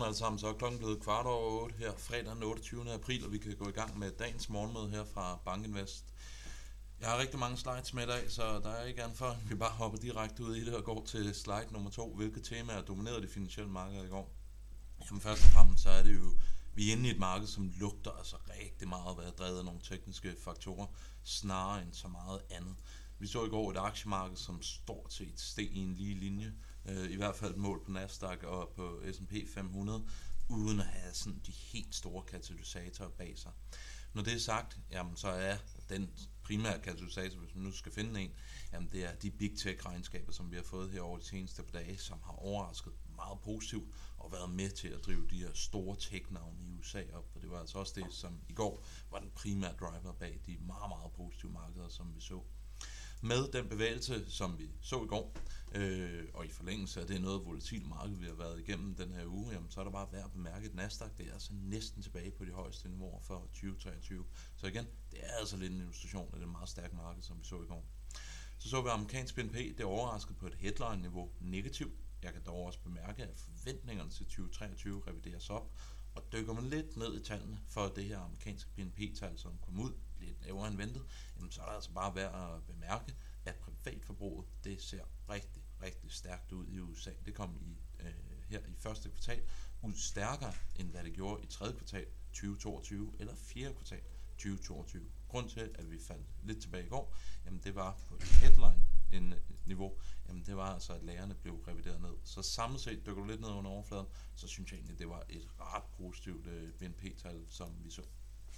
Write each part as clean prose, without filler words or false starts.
alle sammen, så er klokken blevet 7:15 her fredag den 28. april, og vi kan gå i gang med dagens morgenmøde her fra BankInvest. Jeg har rigtig mange slides med i dag, så der er ikke andet for, vi bare hopper direkte ud i det og går til slide nummer 2. Hvilke temaer dominerede det finansielle marked i går? Jamen først og fremmest så er det jo, vi er inde i et marked, som lugter altså rigtig meget at være drevet af nogle tekniske faktorer, snarere end så meget andet. Vi så i går et aktiemarked, som stort set steg i en lige linje, i hvert fald et mål på Nasdaq og på S&P 500, uden at have sådan de helt store katalysatorer bag sig. Når det er sagt, jamen, så er den primære katalysator, hvis man nu skal finde en, jamen, det er de big tech regnskaber, som vi har fået her over de seneste par dage, som har overrasket meget positivt og været med til at drive de her store tech-navne i USA op. Og det var altså også det, som i går var den primære driver bag de meget, meget positive markeder, som vi så. Med den bevægelse, som vi så i går, og i forlængelse af det noget volatilt marked, vi har været igennem den her uge, jamen, så er der bare værd at bemærke, at Nasdaq det er altså næsten tilbage på de højeste niveauer for 2023. Så igen, det er altså lidt en illustration af det meget stærke marked, som vi så i går. Så vi amerikansk BNP, det er overrasket på et headline-niveau negativt. Jeg kan dog også bemærke, at forventningerne til 2023 revideres op, og dykker man lidt ned i tallene for det her amerikanske BNP-tal, som kom ud lidt lavere end ventet, jamen så er der altså bare værd at bemærke, at privatforbruget, det ser rigtig, rigtig stærkt ud i USA. Det kom her i første kvartal ud stærkere, end hvad det gjorde i tredje kvartal 2022 eller fjerde kvartal 2022. Grund til, at vi faldt lidt tilbage i går, jamen det var på et headline-niveau, jamen det var altså, at lagerne blev revideret ned. Så samlet set, dykker du lidt ned under overfladen, så synes jeg egentlig, det var et ret positivt BNP-tal, som vi så.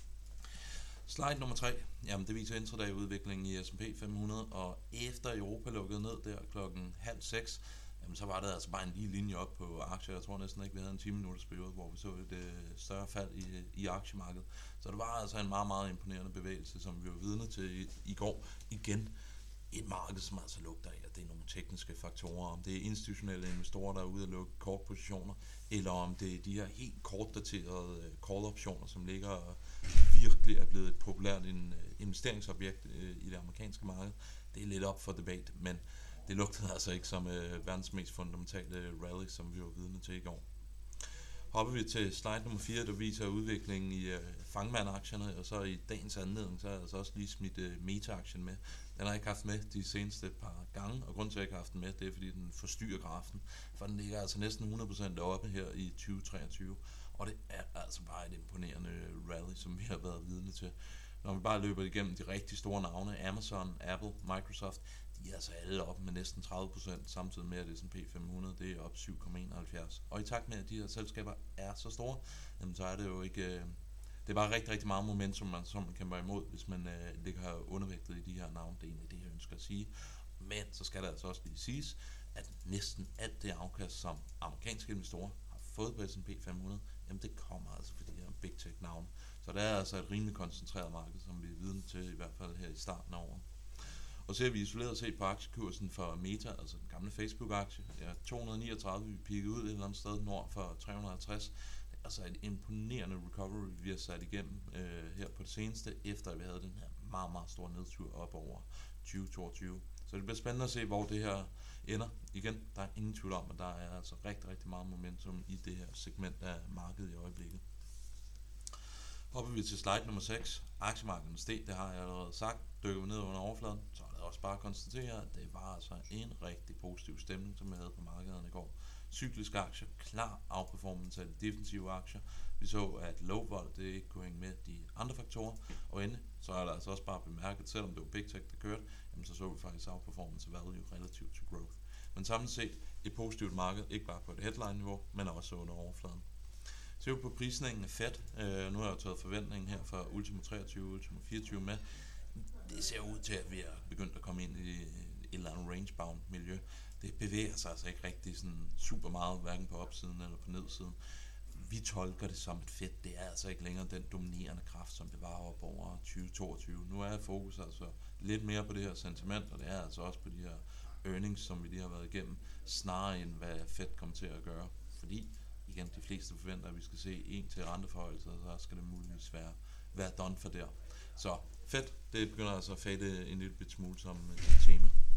Slide nummer 3, jamen det viser intraday-udviklingen i S&P 500, og efter Europa lukkede ned der klokken 5:30, jamen så var det altså bare en lige linje op på aktier. Jeg tror næsten ikke, vi havde en 10-minutters periode, hvor vi så et større fald i aktiemarkedet. Så det var altså en meget, meget imponerende bevægelse, som vi var vidne til i går. Igen et marked, som altså lugter af, at det er nogle tekniske faktorer, om det er institutionelle investorer, der er ude at lukke kortpositioner, eller om det er de her helt kortdaterede call-optioner, som ligger og virkelig er blevet et populært investeringsobjekt i det amerikanske marked. Det er lidt op for debat, men det lugtede altså ikke som verdens mest fundamentale rally, som vi var vidne til i går. Hopper vi til slide nummer 4, der viser udviklingen i Fangmann-aktierne, og så i dagens anledning, så er jeg altså også lige smidt Meta-aktien med. Den har jeg ikke haft med de seneste par gange, og grunden til, at jeg ikke har haft den med, det er, fordi den forstyrrer grafen, for den ligger altså næsten 100% oppe her i 2023, og det er altså bare et imponerende rally, som vi har været vidne til. Når vi bare løber igennem de rigtig store navne, Amazon, Apple, Microsoft, de er altså alle oppe med næsten 30%, samtidig med at S&P 500 det er op 7,71. Og i takt med, at de her selskaber er så store, jamen, så er det jo ikke... Det er bare rigtig, rigtig meget momentum, som man kæmper imod, hvis man ligger undervægtet i de her navne. Det er egentlig det, jeg ønsker at sige. Men så skal det altså også lige siges, at næsten alt det afkast, som amerikanske investorer har fået på S&P 500, jamen det kommer altså fra de her big tech navne. Så det er altså et rimelig koncentreret marked, som vi er vidne til, i hvert fald her i starten af året. Og ser vi isoleret set på aktiekursen for Meta, altså den gamle Facebook-aktie, 239, vi pikkede ud et eller andet sted nord for 350. Det er altså et imponerende recovery, vi har sat igennem her på det seneste, efter vi havde den her meget, meget store nedtur op over 2022. Så det bliver spændende at se, hvor det her ender. Igen, der er ingen tvivl om, at der er altså rigtig, rigtig meget momentum i det her segment af markedet i øjeblikket. Hopper vi til slide nummer 6. Aktiemarkedet steg, det har jeg allerede sagt. Dykker vi ned under overfladen, så er det også bare at konstatere, at det var altså en rigtig positiv stemning, som vi havde på markederne i går. Cykliske aktier, klar outperformance af de defensive aktier. Vi så, at low vol det ikke kunne hænge med de andre faktorer. Og endelig, så er der altså også bare bemærket, selvom det var big tech, der kørte, jamen så vi faktisk outperformance value relativt til growth. Men samlet set et positivt marked, ikke bare på et headline-niveau, men også under overfladen. Ser vi på prisningen af Fed, nu har jeg taget forventningen her fra Ultimo 23 og Ultimo 24 med. Det ser ud til, at vi er begyndt at komme ind i et eller andet range-bound miljø. Det bevæger sig altså ikke rigtig sådan super meget, hverken på opsiden eller på nedsiden. Vi tolker det som et Fed. Det er altså ikke længere den dominerende kraft, som det var op over 2022. Nu er fokus altså lidt mere på det her sentiment, og det er altså også på de her earnings, som vi lige har været igennem, snarere end hvad Fed kommer til at gøre. Fordi igen, de fleste forventer, at vi skal se en til renteforhøjelser, så skal det muligvis være done for der. Så Fed, det begynder altså at fade en lille bit smule som et tema.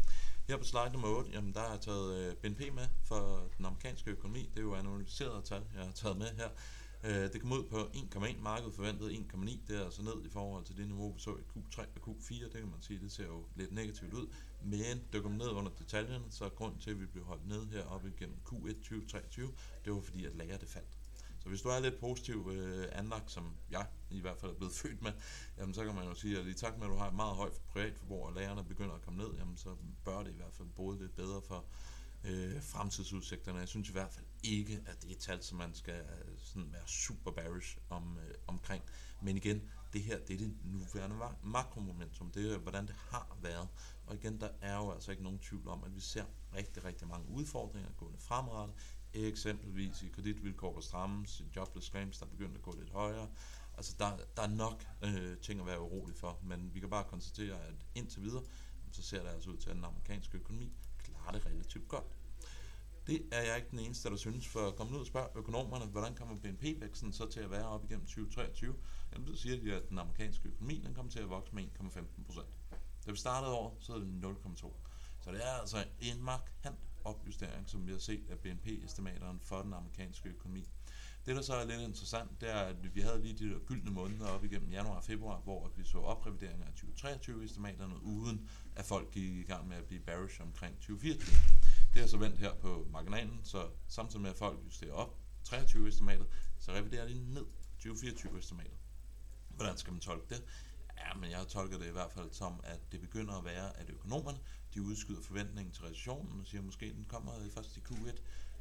Her på slide nummer 8, jamen der har jeg taget BNP med for den amerikanske økonomi. Det er jo analyserede tal, jeg har taget med her. Det kom ud på 1,1, markedet forventede 1,9. Det er altså ned i forhold til det niveau, vi så i Q3 og Q4. Det kan man sige, det ser jo lidt negativt ud. Men det kom ned under detaljerne, så grunden til, at vi blev holdt ned heroppe igennem Q1 2023, det var fordi, at lager det faldt. Så hvis du er lidt positiv anlagt, som jeg i hvert fald er blevet født med, jamen så kan man jo sige, at i takt med, at du har et meget højt privatforbrug, og lagerne begynder at komme ned, jamen så bør det i hvert fald både lidt bedre for fremtidsudsigterne. Jeg synes i hvert fald ikke, at det er et tal, som man skal sådan være super bearish omkring. Men igen, det her, det er det nuværende makromomentum. Det er, hvordan det har været. Og igen, der er jo altså ikke nogen tvivl om, at vi ser rigtig, rigtig mange udfordringer gående fremadrettet. Eksempelvis i kreditvilkår, der strammes, i jobless claims, der begynder at gå lidt højere. Altså, der er nok ting at være urolig for, men vi kan bare konstatere, at indtil videre, så ser det altså ud til, at den amerikanske økonomi klarer det relativt godt. Det er jeg ikke den eneste, der synes, for at komme ud og spørge økonomerne, hvordan kommer BNP-væksten så til at være op igennem 2023? Jamen, så siger de, at den amerikanske økonomi, den kommer til at vokse med 1,15%. Da vi startede år, så er det 0,2. Så det er altså en markant opjustering, som vi har set af BNP-estimateren for den amerikanske økonomi. Det, der så er lidt interessant, det er, at vi havde lige de der gyldne måneder op igennem januar og februar, hvor vi så oprevideringer af 2023-estimaterne, uden at folk gik i gang med at blive bearish omkring 2024. Det er så vendt her på marginalen, så samtidig med at folk justerer op 23-estimatet, så reviderer de ned 2024-estimatet. Hvordan skal man tolke det? Ja, men jeg tolker det i hvert fald som, at det begynder at være, at økonomerne, de udskyder forventningen til recessionen, og siger, at måske den kommer først i Q1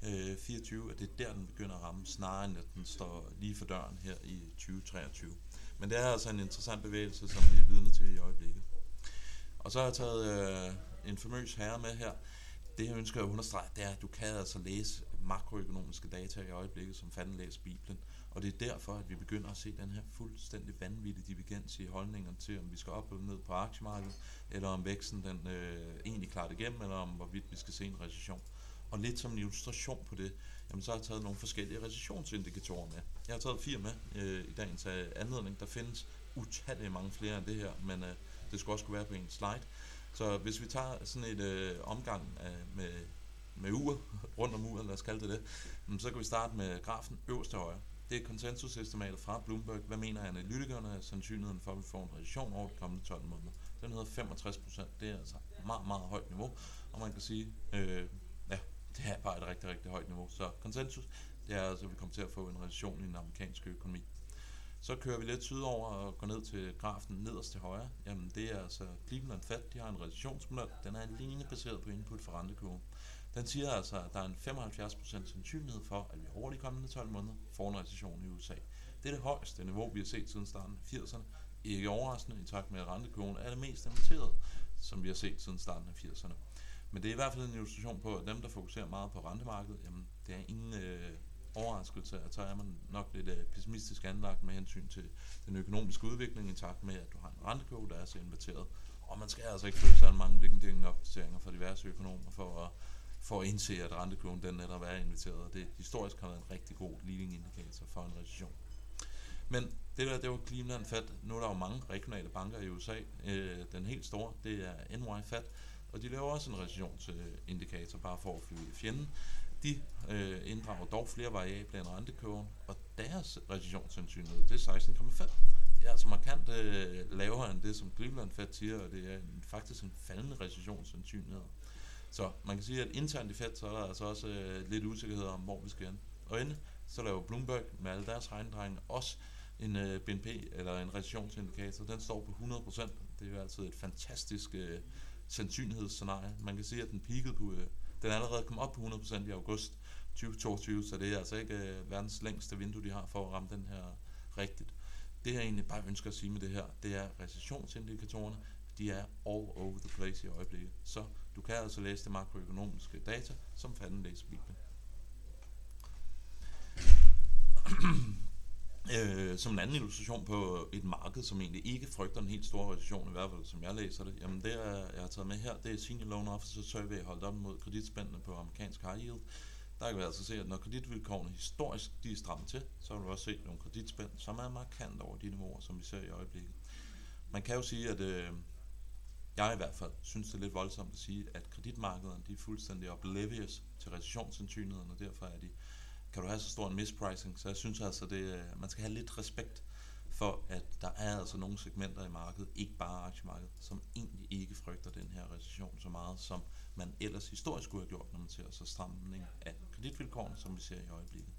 24, at det er der, den begynder at ramme, snarere end at den står lige for døren her i 2023. Men det er altså en interessant bevægelse, som vi er vidne til i øjeblikket. Og så har jeg taget en famøs herre med her. Det jeg ønsker at understrege, det er, at du kan altså læse makroøkonomiske data i øjeblikket, som fanden læser Bibelen. Og det er derfor, at vi begynder at se den her fuldstændig vanvittige divergens i holdningerne til, om vi skal op eller ned på aktiemarkedet, eller om væksten den egentlig klarer det igennem, eller om hvorvidt vi skal se en recession. Og lidt som en illustration på det, jamen så har jeg taget nogle forskellige recessionsindikatorer med. Jeg har taget 4 med i dagens anledning. Der findes utallige mange flere end det her, men det skulle også være på en slide. Så hvis vi tager sådan et omgang med uger, rundt om uret, lad os kalde det, så kan vi starte med grafen øverst til højre. Det er konsensusestimatet fra Bloomberg. Hvad mener analytikerne af sandsynligheden for, at vi får en recession over de kommende 12 måneder? Den hedder 65%. Det er altså meget, meget højt niveau, og man kan sige, det er bare et rigtig, rigtig højt niveau. Så konsensus, det er altså, at vi kommer til at få en recession i den amerikanske økonomi. Så kører vi lidt sydover og går ned til grafen nederst til højre. Jamen det er altså Cleveland Fed, de har en recessionsmodel. Den er alene baseret på input fra rentekurven. Den siger altså, at der er en 75% sandsynlighed for, at vi over de kommende 12 måneder får en recession i USA. Det er det højeste niveau, vi har set siden starten af 80'erne. Ikke overraskende, i takt med at rentekurven er det mest inverterede, som vi har set siden starten af 80'erne. Men det er i hvert fald en illustration på, at dem, der fokuserer meget på rentemarkedet, jamen det er ingen overraskelse, at så er man nok lidt pessimistisk anlagt med hensyn til den økonomiske udvikling i takt med, at du har en rentekurve, der er så inverteret. Og man skal altså ikke følge sig mange lignende opdateringer fra diverse økonomer for at indse, at rentekurven den netop er inverteret. Det historisk har været en rigtig god leading indicator for en recession. Men det var Cleveland Fed. Nu er der jo mange regionale banker i USA. Den helt store, det er NY Fed, og de laver også en recessionsindikator, bare for at flyve fjenden. De inddrager dog flere variabler end rentekurven, og deres recessionssandsynlighed, det er 16,5. Det er altså markant lavere end det, som Cleveland Fed siger, og det er faktisk en faldende recessionssandsynlighed. Så man kan sige, at internt i Fed, så er der altså også lidt usikkerhed om, hvor vi skal hen. Og endelig, så laver Bloomberg med alle deres regnedrenge også en BNP, eller en recessionsindikator. Den står på 100%. Det er jo altid et fantastisk sandsynlighedsscenarie. Man kan sige, at den peakede på, den er allerede kommet op på 100% i august 2022, så det er altså ikke verdens længste vindue, de har for at ramme den her rigtigt. Det jeg egentlig bare ønsker at sige med det her, det er recessionsindikatorerne, de er all over the place i øjeblikket. Så du kan altså læse det makroøkonomiske data, som fanden læser Bibelen. Som en anden illustration på et marked, som egentlig ikke frygter en helt stor recession, i hvert fald som jeg læser det, jamen det jeg har taget med her, det er Senior Loan Officer Survey holdt op mod kreditspændene på amerikansk high yield. Der kan vi altså se, at når kreditvilkårene historisk de er strammet til, så vil du også se nogle kreditspænd, som er markant over de niveauer, som vi ser i øjeblikket. Man kan jo sige, at Jeg i hvert fald synes, det er lidt voldsomt at sige, at kreditmarkederne de er fuldstændig oblivious til recessionssandsynligheden, og derfor kan du have så stor en mispricing. Så jeg synes altså, man skal have lidt respekt for, at der er altså nogle segmenter i markedet, ikke bare aktiemarkedet, som egentlig ikke frygter den her recession så meget, som man ellers historisk skulle have gjort, når man ser så stramning af kreditvilkårene, som vi ser i øjeblikket.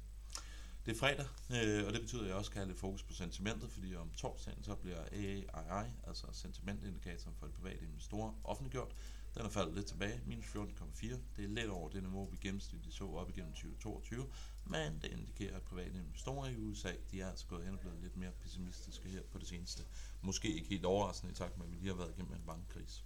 Det er fredag, og det betyder, at jeg også kan have lidt fokus på sentimentet, fordi om torsdagen så bliver AAII, altså sentimentindikatoren for de private investorer, offentliggjort. Den er faldet lidt tilbage, minus 14,4. Det er lidt over det niveau, vi gennemsnitligt så op igennem 2022, men det indikerer, at private investorer i USA, de er altså gået hen og blevet lidt mere pessimistiske her på det seneste. Måske ikke helt overraskende i takt med, at vi lige har været igennem en bankkrise.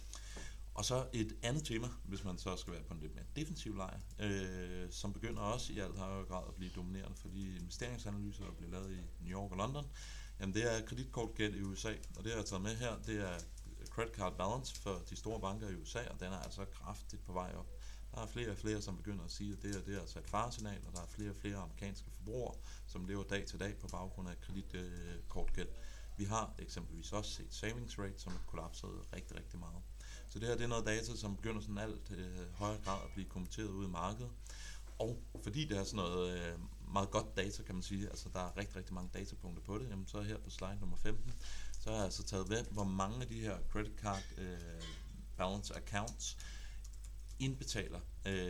Og så et andet tema, hvis man så skal være på en lidt mere defensiv lejr, som begynder også i alt højere grad at blive dominerende for de investeringsanalyser, der bliver lavet i New York og London. Jamen det er kreditkortgæld i USA, og det har jeg taget med her, det er credit card balance for de store banker i USA, og den er altså kraftigt på vej op. Der er flere og flere, som begynder at sige, at det er altså et faresignal, og der er flere og flere amerikanske forbrugere, som lever dag til dag på baggrund af kreditkortgæld. Vi har eksempelvis også set savings rate, som er kollapset rigtig, rigtig meget. Så det her det er noget data, som begynder sådan alt højere grad at blive kommenteret ude i markedet. Og fordi det er sådan noget meget godt data, kan man sige, altså der er rigtig, rigtig mange datapunkter på det, jamen så her på slide nummer 15, så har jeg altså taget ved, hvor mange af de her credit card balance accounts indbetaler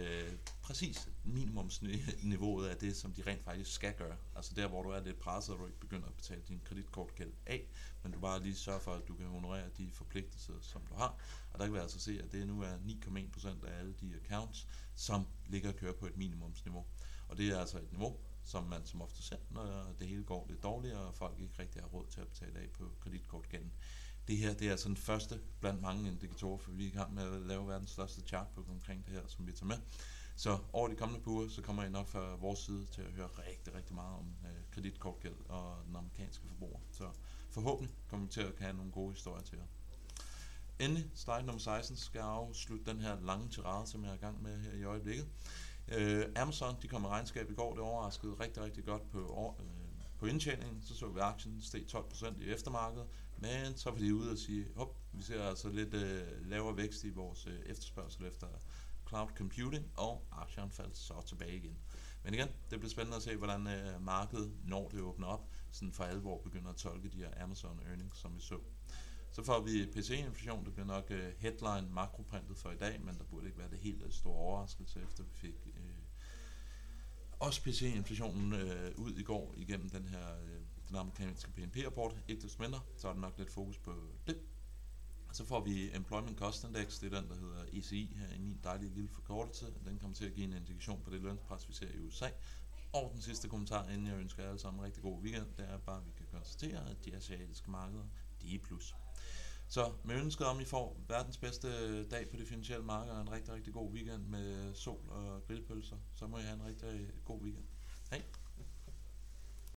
præcis minimumsniveauet af det, som de rent faktisk skal gøre. Altså der, hvor du er lidt presset, og du ikke begynder at betale din kreditkortgæld af, men du bare lige sørger for, at du kan honorere de forpligtelser, som du har. Og der kan vi altså se, at det nu er 9,1% af alle de accounts, som ligger og kører på et minimumsniveau. Og det er altså et niveau, som man som ofte ser, når det hele går lidt dårligere, og folk ikke rigtig har råd til at betale af på kreditkortgælden. Det her, det er altså den første blandt mange indikatorer, for vi er i gang med at lave verdens største chartbook omkring det her, som vi tager med. Så over de kommende par uger, så kommer I nok fra vores side til at høre rigtig, rigtig meget om kreditkortgæld og den amerikanske forbruger. Så forhåbentlig kommer vi til at have nogle gode historier til jer. Endelig, slide nummer 16, skal afslutte den her lange tirade, som jeg er i gang med her i øjeblikket. Amazon, de kom med regnskab i går, det overraskede rigtig, rigtig godt på indtjeningen. Så vi aktien steg 12% i eftermarkedet, men så var de ude og sige, vi ser altså lidt lavere vækst i vores efterspørgsel efter cloud computing, og aktien faldt så tilbage igen. Men igen, det bliver spændende at se, hvordan markedet, når det åbner op, sådan for alvor begynder at tolke de her Amazon earnings, som vi så. Så får vi PC-inflation, det bliver nok headline makroprintet for i dag, men der burde ikke være det helt store overraskelse, efter vi fik også PC-inflationen ud i går igennem den amerikanske BNP-rapport. Ikke desto mindre, så er der nok lidt fokus på det. Så får vi Employment Cost Index, det er den, der hedder ECI her i min dejlige lille forkortelse. Den kommer til at give en indikation på det lønspres, vi ser i USA. Og den sidste kommentar, inden jeg ønsker jer alle sammen en rigtig god weekend, det er bare, at vi kan konstatere, at de asiatiske markeder, de er plus. Så med ønsket om, I får verdens bedste dag på det finansielle marked og en rigtig, rigtig god weekend med sol og grillpølser, så må I have en rigtig god weekend. Hej!